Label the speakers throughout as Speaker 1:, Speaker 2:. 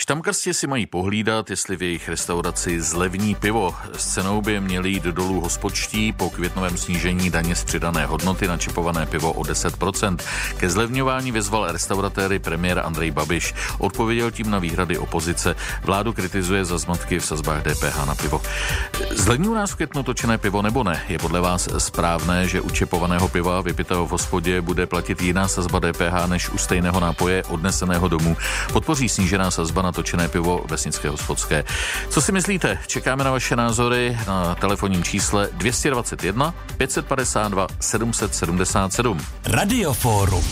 Speaker 1: Štamkrsti si mají pohlídat, jestli v jejich restauraci zlevní pivo. S cenou by měli jít dolů hospodští po květnovém snížení daně z přidané hodnoty na čipované pivo o 10%. Ke zlevňování vyzval restauratéry premiér Andrej Babiš. Odpověděl tím na výhrady opozice. Vládu kritizuje za zmatky v sazbách DPH na pivo. Zlevní u nás v květnu točené pivo nebo ne? Je podle vás správné, že u čepovaného piva vypitého v hospodě bude platit jiná sazba DPH než u stejného nápoje odneseného domů? Podpoří snížená sazba na točené pivo Vesnické hospodské. Co si myslíte? Čekáme na vaše názory na telefonním čísle 221 552 777.
Speaker 2: Radioforum.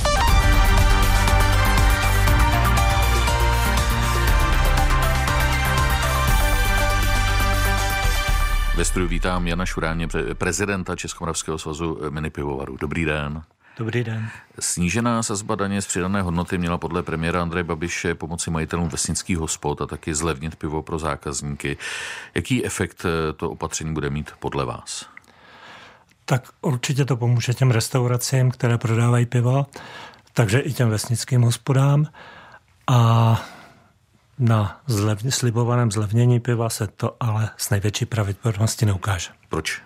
Speaker 1: Ve studiu vítám Jana Šuráně, prezidenta Českomoravského svazu minipivovarů. Dobrý den.
Speaker 3: Dobrý den.
Speaker 1: Snížená sazba daně z přidané hodnoty měla podle premiéra Andreje Babiše pomoci majitelům vesnických hospod a taky zlevnit pivo pro zákazníky. Jaký efekt to opatření bude mít podle vás?
Speaker 3: Tak určitě to pomůže těm restauracím, které prodávají pivo, takže i těm vesnickým hospodám. A na slibovaném zlevnění piva se to ale s největší pravděpodobností neukáže.
Speaker 1: Proč?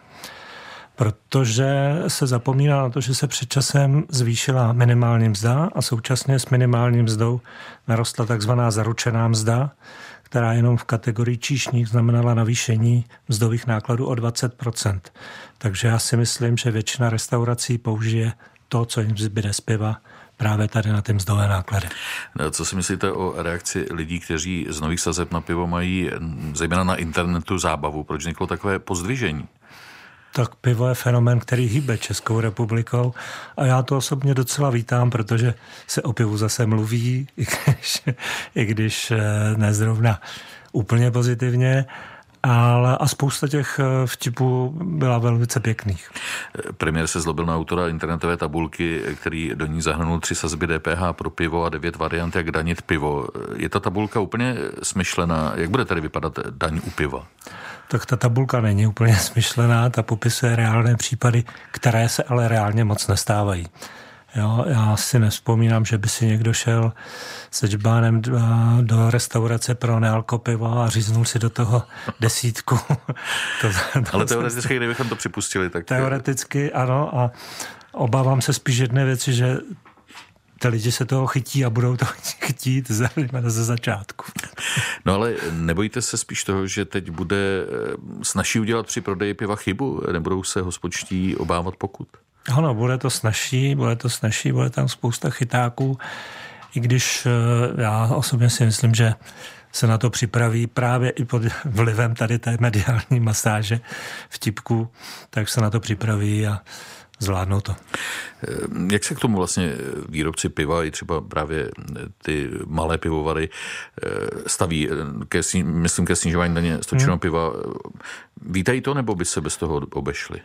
Speaker 3: Protože se zapomíná na to, že se před časem zvýšila minimální mzda a současně s minimální mzdou narostla takzvaná zaručená mzda, která jenom v kategorii číšník znamenala navýšení mzdových nákladů o 20%. Takže já si myslím, že většina restaurací použije to, co jim zbyde z piva, právě tady na ty mzdové náklady.
Speaker 1: Co si myslíte o reakci lidí, kteří z nových sazeb na pivo mají zejména na internetu zábavu? Proč vzniklo takové pozdvižení?
Speaker 3: Tak pivo je fenomén, který hýbe Českou republikou a já to osobně docela vítám, protože se o pivu zase mluví, i když nezrovna úplně pozitivně, ale a spousta těch vtipů byla velice pěkných.
Speaker 1: Premiér se zlobil na autora internetové tabulky, který do ní zahrnul 3 sazby DPH pro pivo a 9 variant, jak danit pivo. Je ta tabulka úplně smyšlená? Jak bude tady vypadat daň u piva?
Speaker 3: Tak ta tabulka není úplně smyšlená, ta popisuje reálné případy, které se ale reálně moc nestávají. Jo, já si nevzpomínám, že by si někdo šel se džbánem do restaurace pro nealkopivo a říznul si do toho 10.
Speaker 1: Ale teoreticky, kdybychom to připustili, tak...
Speaker 3: Teoreticky ano a obávám se spíš jedné věci, že ty lidi se toho chytí a budou to chtít ze začátku.
Speaker 1: No ale nebojíte se spíš toho, že teď bude snazší udělat při prodeji piva chybu? Nebudou se hospodští obávat pokut?
Speaker 3: Ano, bude to snazší, bude tam spousta chytáků, i když já osobně si myslím, že se na to připraví právě i pod vlivem tady té mediální masáže vtipků, tak se na to připraví a zvládnou to.
Speaker 1: Jak se k tomu vlastně výrobci piva i třeba právě ty malé pivovary staví, myslím ke snižování daně z točeného piva? Vítají to, nebo by se bez toho obešli?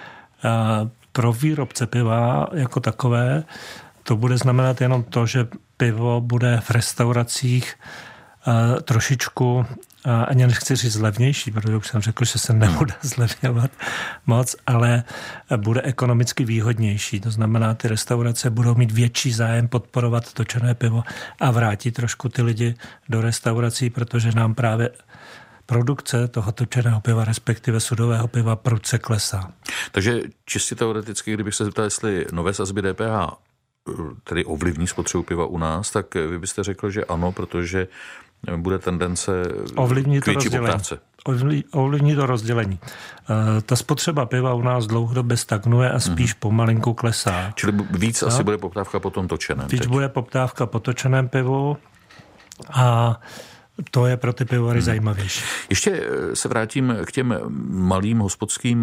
Speaker 3: Pro výrobce piva jako takové to bude znamenat jenom to, že pivo bude v restauracích trošičku, ani nechci říct levnější, protože už jsem řekl, že se nebude zlevňovat moc, ale bude ekonomicky výhodnější. To znamená, ty restaurace budou mít větší zájem podporovat točené pivo a vrátí trošku ty lidi do restaurací, protože nám právě produkce toho točeného piva, respektive sudového piva, prudce klesá.
Speaker 1: Takže čistě teoreticky, kdybych se zeptal, jestli nové sazby DPH tedy ovlivní spotřebu piva u nás, tak vy byste řekl, že ano, protože bude tendence k větší poptávce.
Speaker 3: Ovlivní to rozdělení. Ta spotřeba piva u nás dlouhodobě stagnuje a spíš pomalinku klesá.
Speaker 1: Čili víc asi bude poptávka po tom točeném.
Speaker 3: Víc bude poptávka po točeném pivu a to je pro ty pivovary zajímavější.
Speaker 1: Ještě se vrátím k těm malým hospodským,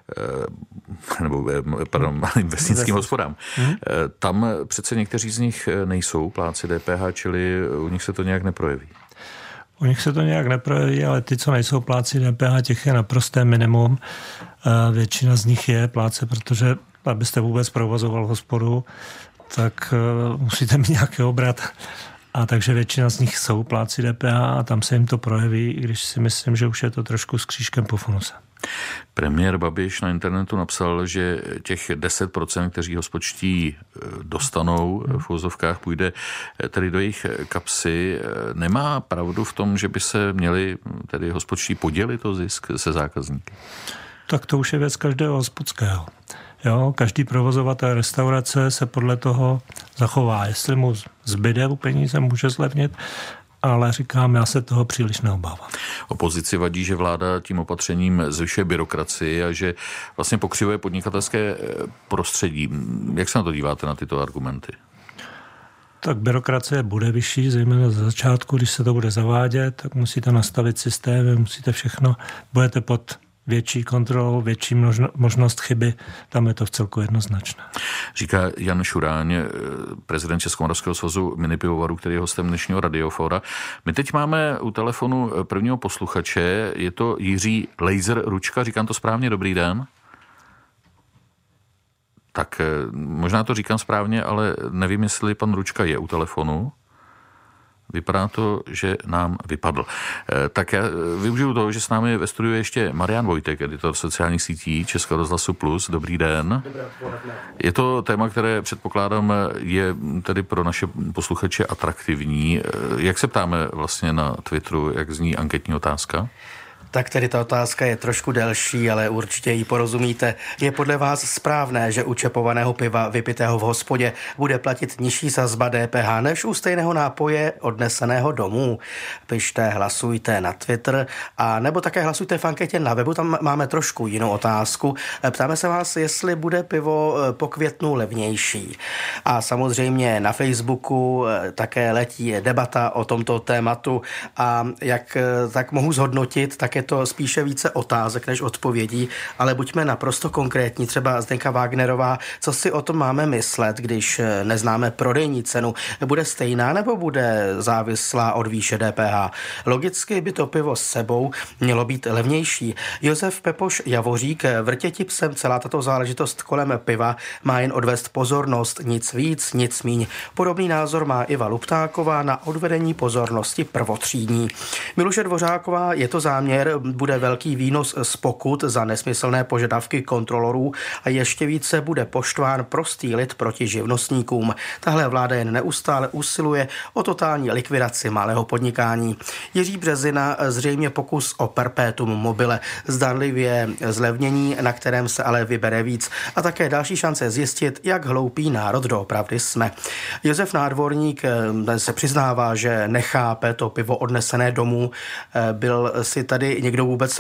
Speaker 1: malým vesnickým hospodám. Tam přece někteří z nich nejsou plátci DPH, čili u nich se to nějak neprojeví.
Speaker 3: U nich se to nějak neprojeví, ale ty, co nejsou plátci DPH, těch je naprosté minimum. Většina z nich je plátce, protože abyste vůbec provozoval hospodu, tak musíte mít nějaký obrat. A takže většina z nich jsou plátci DPH a tam se jim to projeví, i když si myslím, že už je to trošku s křížkem po funuse.
Speaker 1: Premiér Babiš na internetu napsal, že těch 10%, kteří hospodští dostanou v uvozovkách, půjde tedy do jejich kapsy. Nemá pravdu v tom, že by se měli tedy hospodští podělit o zisk se zákazníky?
Speaker 3: Tak to už je věc každého hospodského. Jo, každý provozovatel restaurace se podle toho zachová. Jestli mu zbyde u peníze, může zlevnit, ale říkám, já se toho příliš neobávám.
Speaker 1: Opozici vadí, že vláda tím opatřením zvyšuje byrokracii a že vlastně pokřivuje podnikatelské prostředí. Jak se na to díváte, na tyto argumenty?
Speaker 3: Tak byrokracie bude vyšší, zejména za začátku, když se to bude zavádět, tak musíte nastavit systémy, musíte všechno, budete pod větší kontrolou, větší možnost chyby, tam je to vcelku jednoznačné.
Speaker 1: Říká Jan Šuráň, prezident Českomoravského svazu minipivovarů, který je hostem dnešního Radiofóra. My teď máme u telefonu prvního posluchače, je to Jiří Laser Ručka, říkám to správně, dobrý den. Tak možná to říkám správně, ale nevím, jestli pan Ručka je u telefonu. Vypadá to, že nám vypadl. Tak já využiju toho, že s námi ve studiu ještě Marian Vojtek, editor sociálních sítí Českého rozhlasu Plus. Dobrý den. Je to téma, které předpokládám je tedy pro naše posluchače atraktivní. Jak se ptáme vlastně na Twitteru, jak zní anketní otázka?
Speaker 2: Tak tedy ta otázka je trošku delší, ale určitě ji porozumíte. Je podle vás správné, že u čepovaného piva vypitého v hospodě bude platit nižší sazba DPH než u stejného nápoje odneseného domů? Pište, hlasujte na Twitter a nebo také hlasujte v anketě na webu, tam máme trošku jinou otázku. Ptáme se vás, jestli bude pivo po květnu levnější. A samozřejmě na Facebooku také letí debata o tomto tématu a jak tak mohu zhodnotit, tak je to spíše více otázek než odpovědí, ale buďme naprosto konkrétní. Třeba Zdenka Wagnerová, co si o tom máme myslet, když neznáme prodejní cenu? Bude stejná nebo bude závislá od výše DPH? Logicky by to pivo s sebou mělo být levnější. Josef Pepoš Javořík, vrtěti psem celá tato záležitost kolem piva má jen odvést pozornost, nic víc, nic míň. Podobný názor má Iva Luptáková na odvedení pozornosti prvotřídní. Miluše Dvořáková, je to záměr, bude velký výnos z pokut za nesmyslné požadavky kontrolorů a ještě více bude poštván prostý lid proti živnostníkům. Tahle vláda jen neustále usiluje o totální likvidaci malého podnikání. Jiří Březina, zřejmě pokus o perpetuum mobile, zdánlivě zlevnění, na kterém se ale vybere víc a také další šance zjistit, jak hloupý národ doopravdy jsme. Josef Nádvorník se přiznává, že nechápe to pivo odnesené domů. Byl si tady někdo vůbec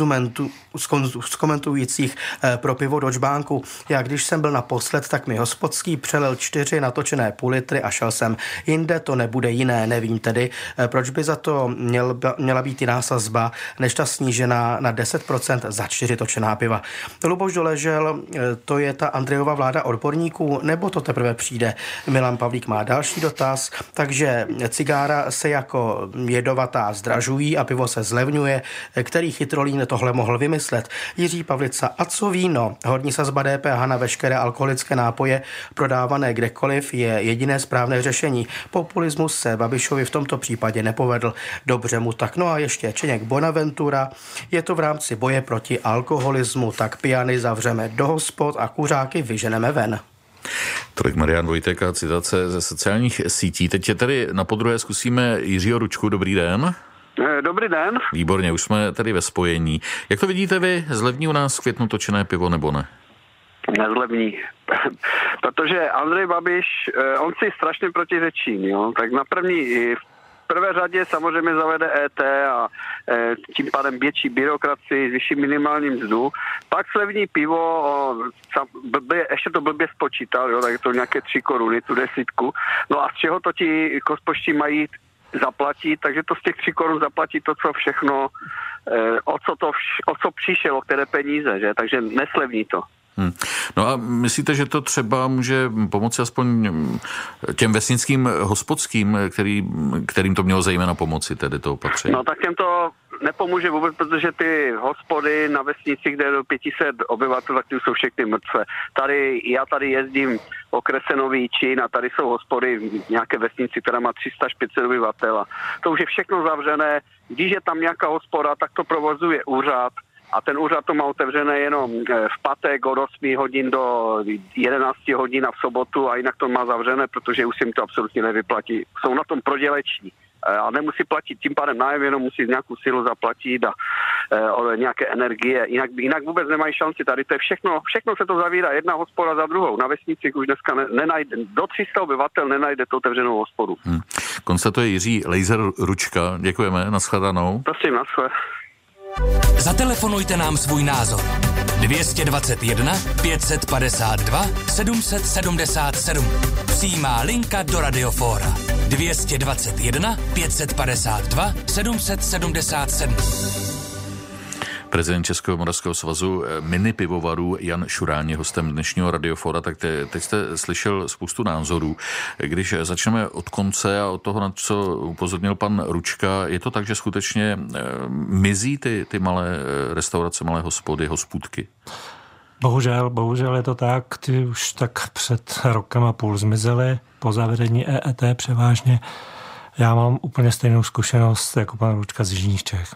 Speaker 2: z komentujících pro pivo do džbánku. Já když jsem byl naposled, tak mi hospodský přelil 4 natočené půl litry a šel jsem. Jinde to nebude jiné, nevím tedy, proč by za to měla být jiná sazba, než ta snížená na 10% za 4 točená piva. Luboš Doležel, to je ta Andrejova vláda odborníků, nebo to teprve přijde? Milan Pavlík má další dotaz, takže cigára se jako jedovatá zdražují a pivo se zlevňuje. Který chytrolín tohle mohl vymyslet? Jiří Pavlica, a co víno? Horní sazba DPH na veškeré alkoholické nápoje prodávané kdekoliv je jediné správné řešení. Populismus se Babišovi v tomto případě nepovedl. Dobře mu tak. No a ještě Čeněk Bonaventura. Je to v rámci boje proti alkoholismu, tak pijany zavřeme do hospod a kuřáky vyženeme ven.
Speaker 1: Tolik Marian Vojtek a citace ze sociálních sítí. Teď je tady na podruhé zkusíme Jiřího Ručku. Dobrý den.
Speaker 4: Dobrý den.
Speaker 1: Výborně, už jsme tady ve spojení. Jak to vidíte vy? Zlevní u nás v květnu točené pivo nebo ne?
Speaker 4: Nezlevní. Protože Andrej Babiš, on si strašně protiřečí, jo? Tak na v prvé řadě samozřejmě zavede ET a tím pádem větší byrokracii, vyšší minimální mzdu. Pak slevní pivo, ještě to blbě spočítal, jo? Tak je to nějaké 3 koruny, tu desítku. No a z čeho to ti gospoští mají zaplatit, takže to z těch 3 korun zaplatí to, co všechno, o co přišel, o které peníze, že? Takže neslevní to.
Speaker 1: No a myslíte, že to třeba může pomoci aspoň těm vesnickým hospodským, kterým to mělo zejména pomoci, tedy to opatření?
Speaker 4: No tak těm to nepomůže vůbec, protože ty hospody na vesnici, kde je do 500 obyvatel, tak ty jsou všechny mrtvé. Já tady jezdím okrese Nový Čín a tady jsou hospody v nějaké vesnici, která má 300 až 500 obyvatel. To už je všechno zavřené. Když je tam nějaká hospoda, tak to provozuje úřad a ten úřad to má otevřené jenom v pátek od 8 hodin do 11 hodin a v sobotu a jinak to má zavřené, protože už si jim to absolutně nevyplatí. Jsou na tom proděleční a nemusí platit tím pádem nájem, jenom musí nějakou silu zaplatit a nějaké energie. Jinak vůbec nemají šanci. Tady to je všechno se to zavírá, jedna hospoda za druhou. Na vesnici už dneska nenajde, do 300 obyvatel nenajde to otevřenou hospodu.
Speaker 1: Konstatuje Jiří Lejzer Ručka. Děkujeme, nashledanou.
Speaker 4: Prosím, naschle.
Speaker 5: Zatelefonujte nám svůj názor. 221 552 777. Přímá linka do Radiofóra. 221 552 777.
Speaker 1: Prezident Českého moravského svazu mini pivovarů Jan Šuráň je hostem dnešního Radiofóra, tak teď jste slyšel spoustu názorů. Když začneme od konce a od toho, na co upozornil pan Ručka, je to tak, že skutečně mizí ty malé restaurace, malé hospody, hospůdky?
Speaker 3: Bohužel je to tak. Ty už tak před rokem a půl zmizely po zavedení EET převážně. Já mám úplně stejnou zkušenost jako pan Ručka z jižních Čech.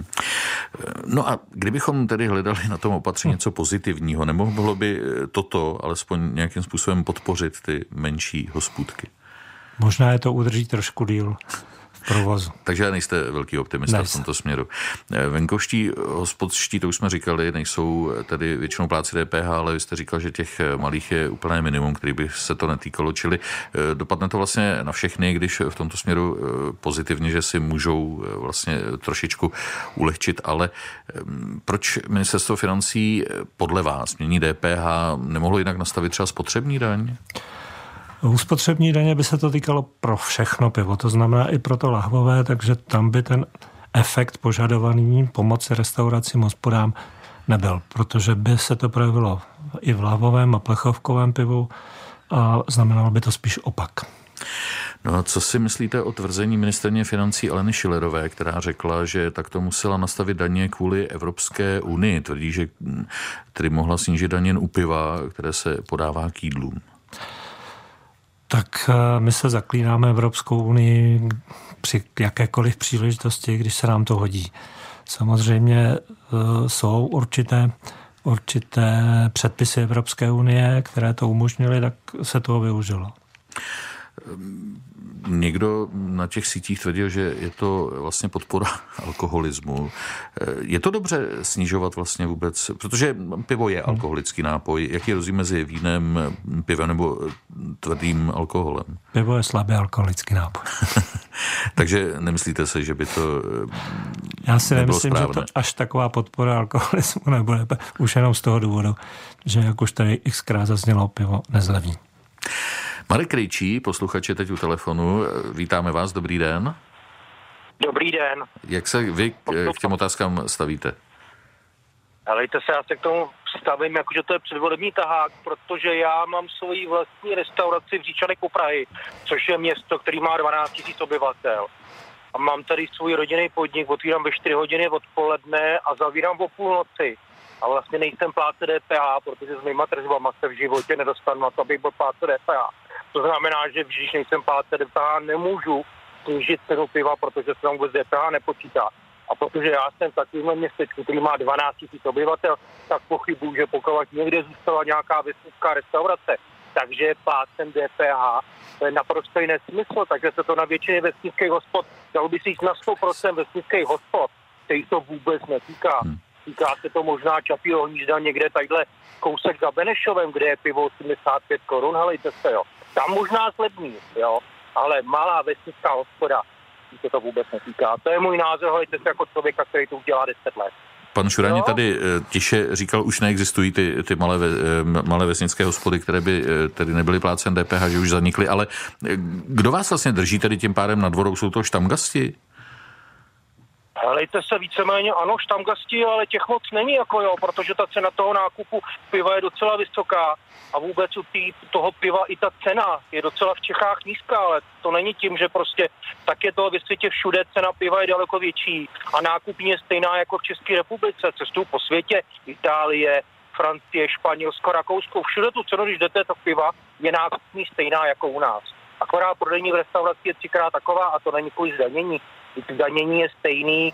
Speaker 1: No a kdybychom tedy hledali na tom opatření něco pozitivního, nemohlo by toto alespoň nějakým způsobem podpořit ty menší hospůdky?
Speaker 3: Možná je to udrží trošku díl v provozu.
Speaker 1: Takže nejste velký optimista v tomto směru. Venkovští hospodští, to už jsme říkali, nejsou tedy většinou pláci DPH, ale vy jste říkal, že těch malých je úplné minimum, který by se to netýkalo, čili dopadne to vlastně na všechny, když v tomto směru pozitivně, že si můžou vlastně trošičku ulehčit, ale proč ministerstvo financí podle vás mění DPH, nemohlo jinak nastavit třeba spotřební daň?
Speaker 3: U spotřební daně by se to týkalo pro všechno pivo, to znamená i pro to lahvové, takže tam by ten efekt požadovaný pomoci restauracím, hospodám nebyl, protože by se to projevilo i v lahvovém a plechovkovém pivu a znamenalo by to spíš opak.
Speaker 1: No a co si myslíte o tvrzení ministryně financí Aleny Schillerové, která řekla, že takto musela nastavit daně kvůli Evropské unii? Tvrdí, že tedy mohla snížit daně jen u piva, které se podává k jídlům.
Speaker 3: Tak my se zaklínáme Evropskou unii při jakékoliv příležitosti, když se nám to hodí. Samozřejmě jsou určité předpisy Evropské unie, které to umožnily, tak se toho využilo.
Speaker 1: Někdo na těch sítích tvrdil, že je to vlastně podpora alkoholismu. Je to dobře snižovat vlastně vůbec, protože pivo je alkoholický nápoj. Jaký je rozdíl mezi vínem, pivem nebo tvrdým alkoholem?
Speaker 3: Pivo je slabý alkoholický nápoj.
Speaker 1: Takže nemyslíte si, že by to
Speaker 3: Já si nemyslím,
Speaker 1: správné?
Speaker 3: že to až taková podpora alkoholismu nebude. Už jenom z toho důvodu, že jak už tady xkrát zaznělo, pivo nezleví.
Speaker 1: Marek Krejčí, posluchač je teď u telefonu. Vítáme vás, dobrý den.
Speaker 6: Dobrý den.
Speaker 1: Jak se vy k těm otázkám stavíte?
Speaker 6: Helejte se, já se k tomu stavím, jakože to je předvolební tahák, protože já mám svoji vlastní restauraci v Říčanech u Prahy, což je město, který má 12 000 obyvatel. A mám tady svůj rodinný podnik, otvírám ve 4 hodiny odpoledne a zavírám o půlnoci. A vlastně nejsem plátce DPH, protože s mýma tržbama se v životě nedostanu na to, abych byl plátce DPH. To znamená, že když nejsem plátce DPH, nemůžu snížit cenu piva, protože se tam vůbec DPH nepočítá. A protože já jsem v takovém městečku, který má 12 000 obyvatel, tak pochybuju, že pokud někde zůstala nějaká vesnická restaurace, takže je plátcem DPH, to je naprosto jiný smysl, takže se to na většině vesnických hospod, dalo by si jít na 100% vesnických hospod, který to vůbec netýká. Týká se to možná Čapího hnízda někde tadyhle kousek za Benešovem, kde je pivo 85 korun, helejte se, jo. Tam možná zlevní, jo, ale malá vesnická hospoda, se to vůbec netýká. To je můj názor, helejte se jako člověka, který to udělá 10 let.
Speaker 1: Pan Šuráň tady tiše říkal, už neexistují ty malé vesnické hospody, které by tedy nebyly plácen DPH, že už zanikly, ale kdo vás vlastně drží tedy tím pádem nad vodou? Jsou to štamgasti?
Speaker 6: Helejte se, víceméně ano, štamgasti, ale těch moc není, jako jo, protože ta cena toho nákupu piva je docela vysoká a vůbec u toho piva i ta cena je docela v Čechách nízká, ale to není tím, že prostě tak je to ve světě všude, cena piva je daleko větší a nákupní je stejná jako v České republice, cestuju po světě, Itálie, Francie, Španělsko, Rakousko, všude tu cenu, když jdete, to piva je nákupní stejná jako u nás. Akorát prodejní v restauraci je 3krát taková a to není kvůli zdanění. Zdanění je stejný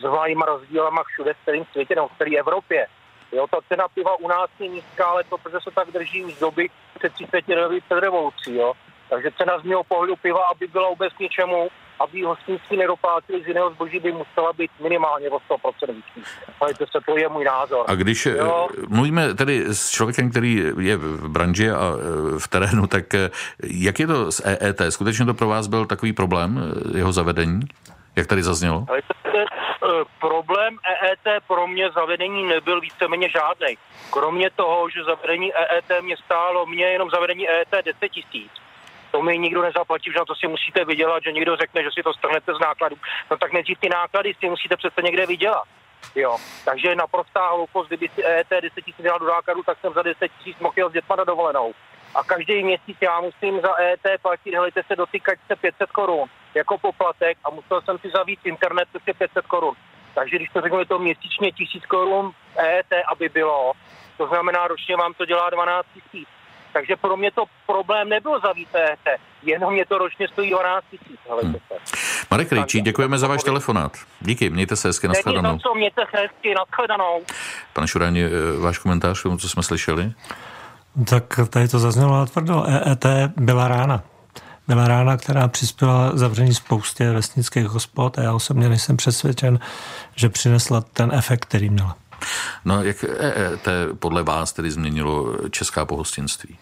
Speaker 6: s malýma rozdílama všude v celém světě, nebo v celé Evropě. Jo, ta cena piva u nás je nízká, ale to, protože se tak drží už z doby před 30 lety před revolucí, jo. Takže cena z mého pohledu piva, aby byla vůbec něčemu, aby hostníci nedopláceli z jiného zboží, by musela být minimálně o 100% vyšší. Ale to je můj názor.
Speaker 1: A když mluvíme tedy s člověkem, který je v branži a v terénu, tak jak je to s EET? Skutečně to pro vás byl takový problém, jeho zavedení? Jak tady zaznělo?
Speaker 6: Problém EET pro mě zavedení nebyl víceméně žádnej. Kromě toho, že zavedení EET mě stálo, jenom zavedení EET 10 000. To mi nikdo nezaplatí, že na to si musíte vydělat, že někdo řekne, že si to strhnete z nákladů. No tak nejdřív ty náklady si musíte přece někde vydělat. Jo. Takže naprostá hloupost, kdyby si EET 10 000 dělal do nákladů, tak jsem za 10 000 mohl jel s dětma na dovolenou. A každý měsíc já musím za EET platit, helejte se, dotýkačce 500 korun jako poplatek a musel jsem si zavít internet prostě 500 korun. Takže když to řeknu, je to měsíčně 1000 korun EET, aby bylo, to znamená, ročně vám to dělá 12 000. Takže pro mě to problém nebyl zavít EET, jenom mě to ročně stojí 12 000.
Speaker 1: Marek Krejčí, děkujeme za váš telefonát. Díky, mějte se hezky, nashledanou.
Speaker 6: Mějte se hezky, nashledanou.
Speaker 1: Pane Šuráni, váš komentář k tomu, co jsme slyšeli?
Speaker 3: Tak tady to zaznělo natvrdo. EET byla rána. Byla rána, která přispěla zavření spoustě vesnických hospod a já osobně nejsem přesvědčen, že přinesla ten efekt, který měla.
Speaker 1: No jak EET podle vás tedy změnilo česká pohostinství?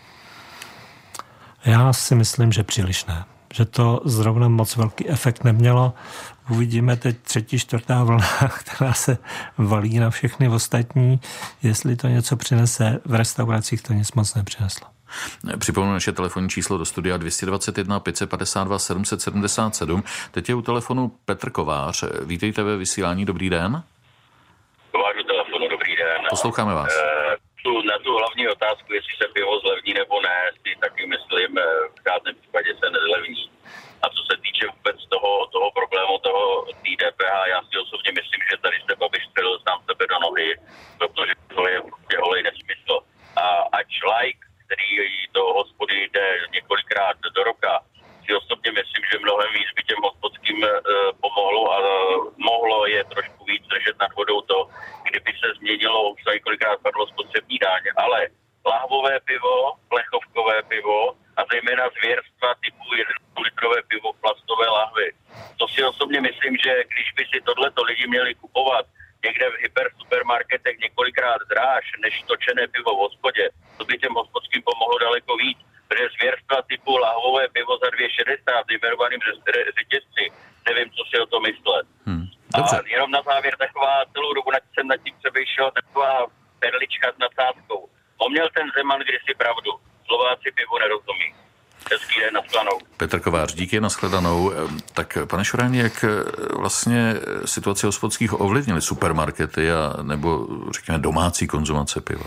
Speaker 3: Já si myslím, že příliš ne. Že to zrovna moc velký efekt nemělo. Uvidíme teď 3., 4. vlna, která se valí na všechny ostatní. Jestli to něco přinese, v restauracích to nic moc nepřineslo.
Speaker 1: Připomenu naše telefonní číslo do studia 221 552 777. Teď je u telefonu Petr Kovář. Vítejte ve vysílání, dobrý den.
Speaker 7: Kovář u telefonu, dobrý den.
Speaker 1: Posloucháme vás.
Speaker 7: Na tu hlavní otázku, jestli se pivo zlevní nebo ne, si taky myslím, v žádném případě se nezlevní. A co se týče vůbec toho problému, té DPH, já si osobně myslím, že tady se Babiš střelil sám sebe do nohy, protože to je holej nesmysl. A ať like, který do hospody jde několikrát do roka, si osobně myslím, že mnohem víc by těm hospodským pomohlo a mohlo je trošku víc držet nad vodou to, kdyby se změnilo, už to několikrát padlo spotřební daň, ale lahvové pivo, plechovkové pivo a zejména zvěrstva typu 1-litrové pivo, plastové lahvy. To si osobně myslím, že když by si tohleto lidi měli kupovat někde v hypersupermarketech několikrát dráž než točené pivo v hospodě, to by těm hospodským pomohlo daleko víc, protože zvěrstva typu lahvové pivo za 2,60 vyjmenovaným řetězci, nevím, co si o to myslet.
Speaker 1: Dobře.
Speaker 7: A jenom na závěr taková, celou dobu jsem nad tím přemýšlel, taková perlička s nadsázkou. Měl ten Zeman kdysi pravdu. Slováci pivu nerozumí. Hezký den, nashledanou.
Speaker 1: Petr Kovář, díky, nashledanou. Tak pane Šuráni, jak vlastně situace hospodských ovlivnily supermarkety a nebo řekněme domácí konzumace piva?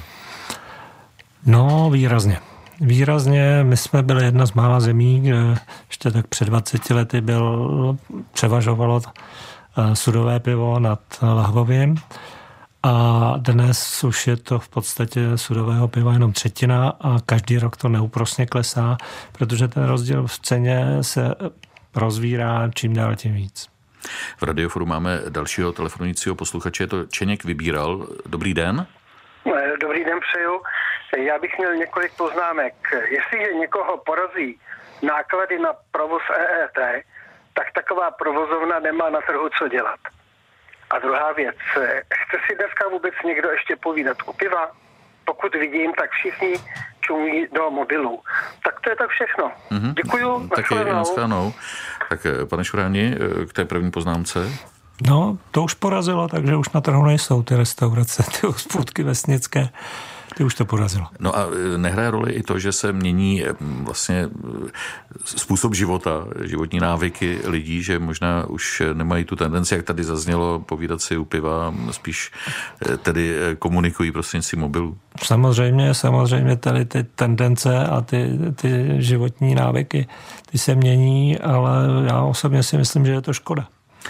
Speaker 3: No, výrazně. Výrazně, my jsme byli jedna z mála zemí, kde ještě tak před 20 lety převažovalo sudové pivo nad lahvovým. A dnes už je to v podstatě sudového piva jenom 1/3 a každý rok to neúprosně klesá, protože ten rozdíl v ceně se rozvírá čím dál tím víc.
Speaker 1: V Radioforu máme dalšího telefonujícího posluchače, je to Čeněk Vybíral. Dobrý den.
Speaker 8: Dobrý den přeju. Já bych měl několik poznámek. Jestliže někoho porazí náklady na provoz EET, tak taková provozovna nemá na trhu co dělat. A druhá věc, chce si dneska vůbec někdo ještě povídat u piva? Pokud vidím, tak všichni čumí do mobilů. Tak to je tak všechno. Děkuju.
Speaker 1: Nashledanou. Tak pane Šuráni, k té první poznámce.
Speaker 3: No, to už porazilo, takže už na trhu nejsou ty restaurace, ty hospůdky vesnické. Ty už to porazilo.
Speaker 1: No a nehraje roli i to, že se mění vlastně způsob života, životní návyky lidí, že možná už nemají tu tendenci, jak tady zaznělo, povídat si u piva, spíš tedy komunikují prostřednictvím mobilu. Samozřejmě tady ty tendence a ty životní návyky, ty se mění, ale já osobně si myslím, že je to škoda.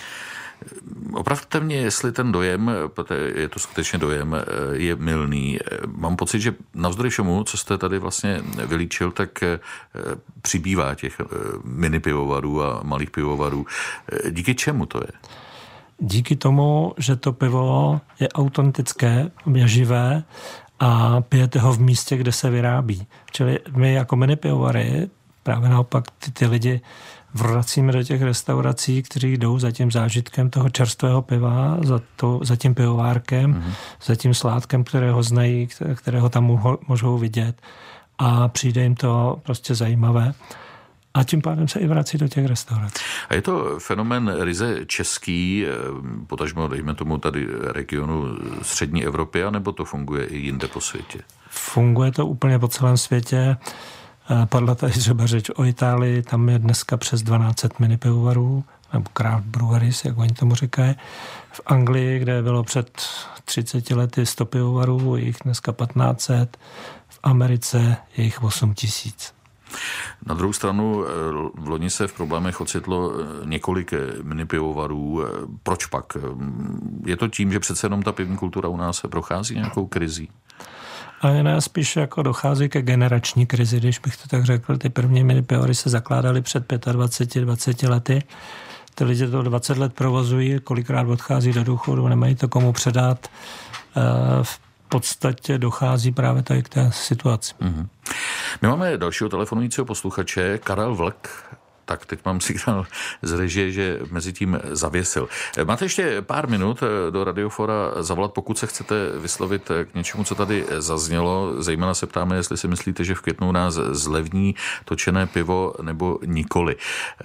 Speaker 1: Opravte mě, jestli ten dojem, je to skutečně dojem, je mylný. Mám pocit, že navzdory všemu, co jste tady vlastně vylíčil, tak přibývá těch mini pivovarů a malých pivovarů. Díky čemu to je?
Speaker 3: díky tomu, že to pivo je autentické, je živé a pijete ho v místě, kde se vyrábí. Čili my jako minipivovary právě naopak ty lidi vracíme do těch restaurací, kteří jdou za tím zážitkem toho čerstvého piva, za tím pivovárkem, za tím sládkem, kterého znají, kterého tam můžou vidět a přijde jim to prostě zajímavé. A tím pádem se i vrací do těch restaurací.
Speaker 1: A je to fenomén ryze český, potažmo dejme tomu tady regionu střední Evropy, anebo to funguje i jinde po světě?
Speaker 3: Funguje to úplně po celém světě. Padla tady třeba řeč o Itálii, tam je dneska přes 1200 minipivovarů, nebo craft breweries, jak oni tomu říkají. V Anglii, kde bylo před 30 lety 100 pivovarů, je jich dneska 1500. V Americe je jich 8000.
Speaker 1: Na druhou stranu v loni se v problémech ocitlo několik minipivovarů. Proč pak? Je to tím, že přece jenom ta pivní kultura u nás prochází nějakou krizí?
Speaker 3: A ne, spíš jako dochází ke generační krizi, když bych to tak řekl. Ty první minipivovary se zakládaly před 25-20 lety. Ty lidi to 20 let provozují, kolikrát odchází do důchodu, nemají to komu předat. V podstatě dochází právě tady k té situaci. Mm-hmm.
Speaker 1: My máme dalšího telefonujícího posluchače, Karel Vlk. Tak teď mám signál z režie, že mezi tím zavěsil. Máte ještě pár minut do Radiofora zavolat, pokud se chcete vyslovit k něčemu, co tady zaznělo. Zejména se ptáme, jestli si myslíte, že v květnu nás zlevní točené pivo nebo nikoli.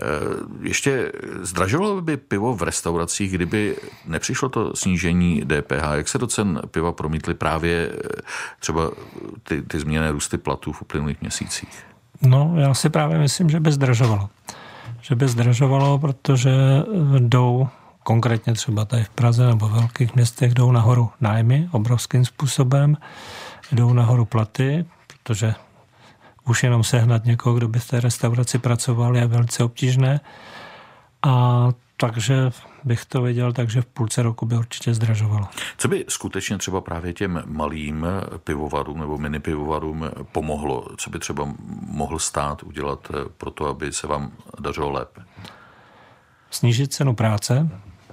Speaker 1: Ještě zdražovalo by pivo v restauracích, kdyby nepřišlo to snížení DPH? Jak se do cen piva promítly právě třeba ty změněné růsty platů v uplynulých měsících?
Speaker 3: No, já si právě myslím, že by zdražovalo. Že by zdražovalo, protože jdou, konkrétně třeba tady v Praze nebo v velkých městech, jdou nahoru nájmy obrovským způsobem, jdou nahoru platy, protože už jenom sehnat někoho, kdo by v té restauraci pracoval, je velice obtížné. A takže bych to viděl, takže v půlce roku by určitě zdražovalo.
Speaker 1: Co by skutečně třeba právě těm malým pivovarům nebo minipivovarům pomohlo? Co by třeba mohl stát udělat pro to, aby se vám dařilo lépe?
Speaker 3: Snížit cenu práce,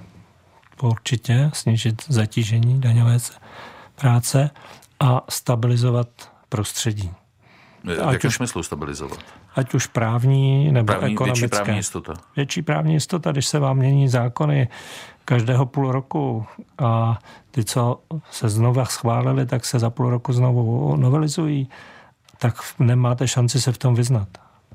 Speaker 3: určitě, snížit zatížení daňové práce a stabilizovat prostředí.
Speaker 1: V jakém smyslu stabilizovat?
Speaker 3: Ať už právní nebo ekonomické.
Speaker 1: Větší právní jistota.
Speaker 3: Větší právní jistota, když se vám mění zákony každého půl roku a ty, co se znovu schválili, tak se za půl roku znovu novelizují, tak nemáte šanci se v tom vyznat.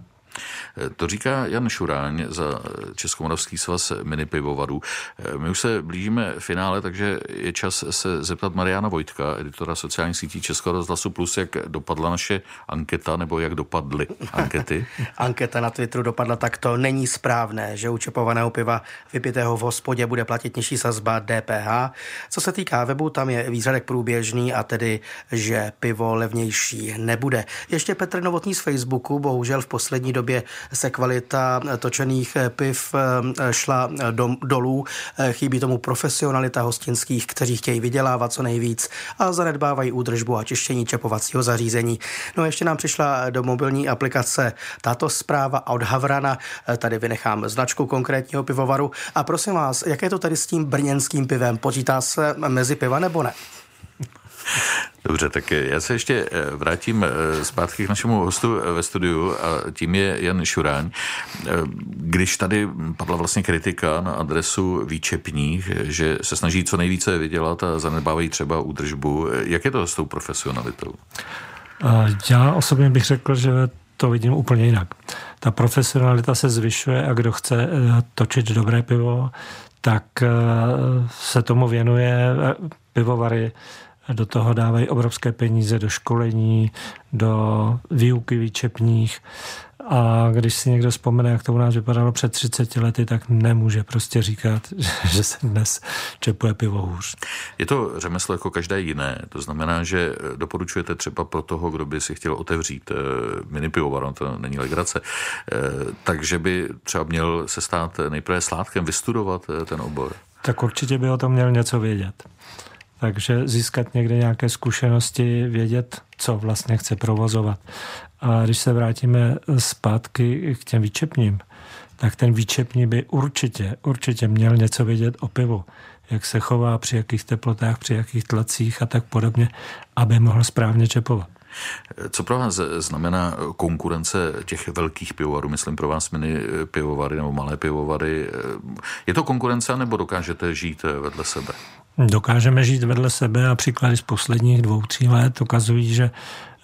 Speaker 1: To říká Jan Šuráň za Českomoravský svaz minipivovarů. My už se blížíme finále, takže je čas se zeptat Mariana Vojtka, editora sociálních sítí Českého rozhlasu Plus, jak dopadla naše anketa, nebo jak dopadly ankety.
Speaker 2: Anketa na Twitteru dopadla takto. Není správné, že u čepovaného piva vypitého v hospodě bude platit nižší sazba DPH. Co se týká webu, tam je výsledek průběžný a tedy, že pivo levnější nebude. Ještě Petr Novotný z Facebooku, bohužel v poslední době se kvalita točených piv šla dolů. Chybí tomu profesionalita hostinských, kteří chtějí vydělávat co nejvíc a zanedbávají údržbu a čištění čepovacího zařízení. No a ještě nám přišla do mobilní aplikace tato zpráva od Havrana. Tady vynechám značku konkrétního pivovaru. A prosím vás, jak je to tady s tím brněnským pivem? Počítá se mezi piva nebo ne?
Speaker 1: Dobře, tak já se ještě vrátím zpátky k našemu hostu ve studiu a tím je Jan Šuráň. Když tady padla vlastně kritika na adresu výčepních, že se snaží co nejvíce vydělat a zanedbávají třeba údržbu, jak je to s tou profesionalitou?
Speaker 3: Já osobně bych řekl, že to vidím úplně jinak. Ta profesionalita se zvyšuje a kdo chce točit dobré pivo, tak se tomu věnuje. Pivovary do toho dávají obrovské peníze do školení, do výuky výčepních a když si někdo vzpomene, jak to u nás vypadalo před 30 lety, tak nemůže prostě říkat, že se dnes čepuje pivo hůř.
Speaker 1: Je to řemeslo jako každé jiné, to znamená, že doporučujete třeba pro toho, kdo by si chtěl otevřít minipivovar, to není legrace, takže by třeba měl se stát nejprve sládkem, vystudovat ten obor.
Speaker 3: Tak určitě by o tom měl něco vědět. takže získat někde nějaké zkušenosti, vědět, co vlastně chce provozovat. A když se vrátíme zpátky k těm výčepním, tak ten výčepní by určitě měl něco vědět o pivu, jak se chová, při jakých teplotách, při jakých tlacích a tak podobně, aby mohl správně čepovat.
Speaker 1: Co pro vás znamená konkurence těch velkých pivovarů, myslím pro vás mini pivovary nebo malé pivovary? Je to konkurence, nebo dokážete žít vedle sebe?
Speaker 3: Dokážeme žít vedle sebe a příklady z posledních 2-3 let ukazují, že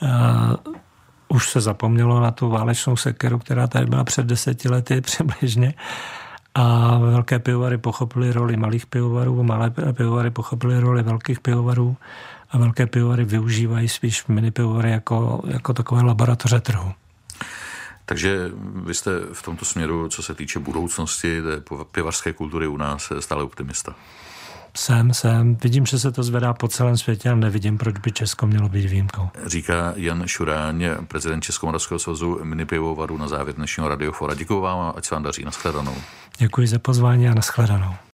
Speaker 3: už se zapomnělo na tu válečnou sekeru, která tady byla před 10 lety přibližně. A velké pivovary pochopily roli malých pivovarů, malé pivovary pochopily roli velkých pivovarů a velké pivovary využívají spíš mini pivovary jako takové laboratoře trhu.
Speaker 1: Takže vy jste v tomto směru, co se týče budoucnosti té pivařské kultury u nás, stále optimista.
Speaker 3: Jsem. Vidím, že se to zvedá po celém světě a nevidím, proč by Česko mělo být výjimkou.
Speaker 1: Říká Jan Šuráň, prezident Českomoravského svazu mini pivovarů na závěr dnešního Radiofora. Děkuji vám a ať se vám daří. Nashledanou.
Speaker 3: Děkuji za pozvání a nashledanou.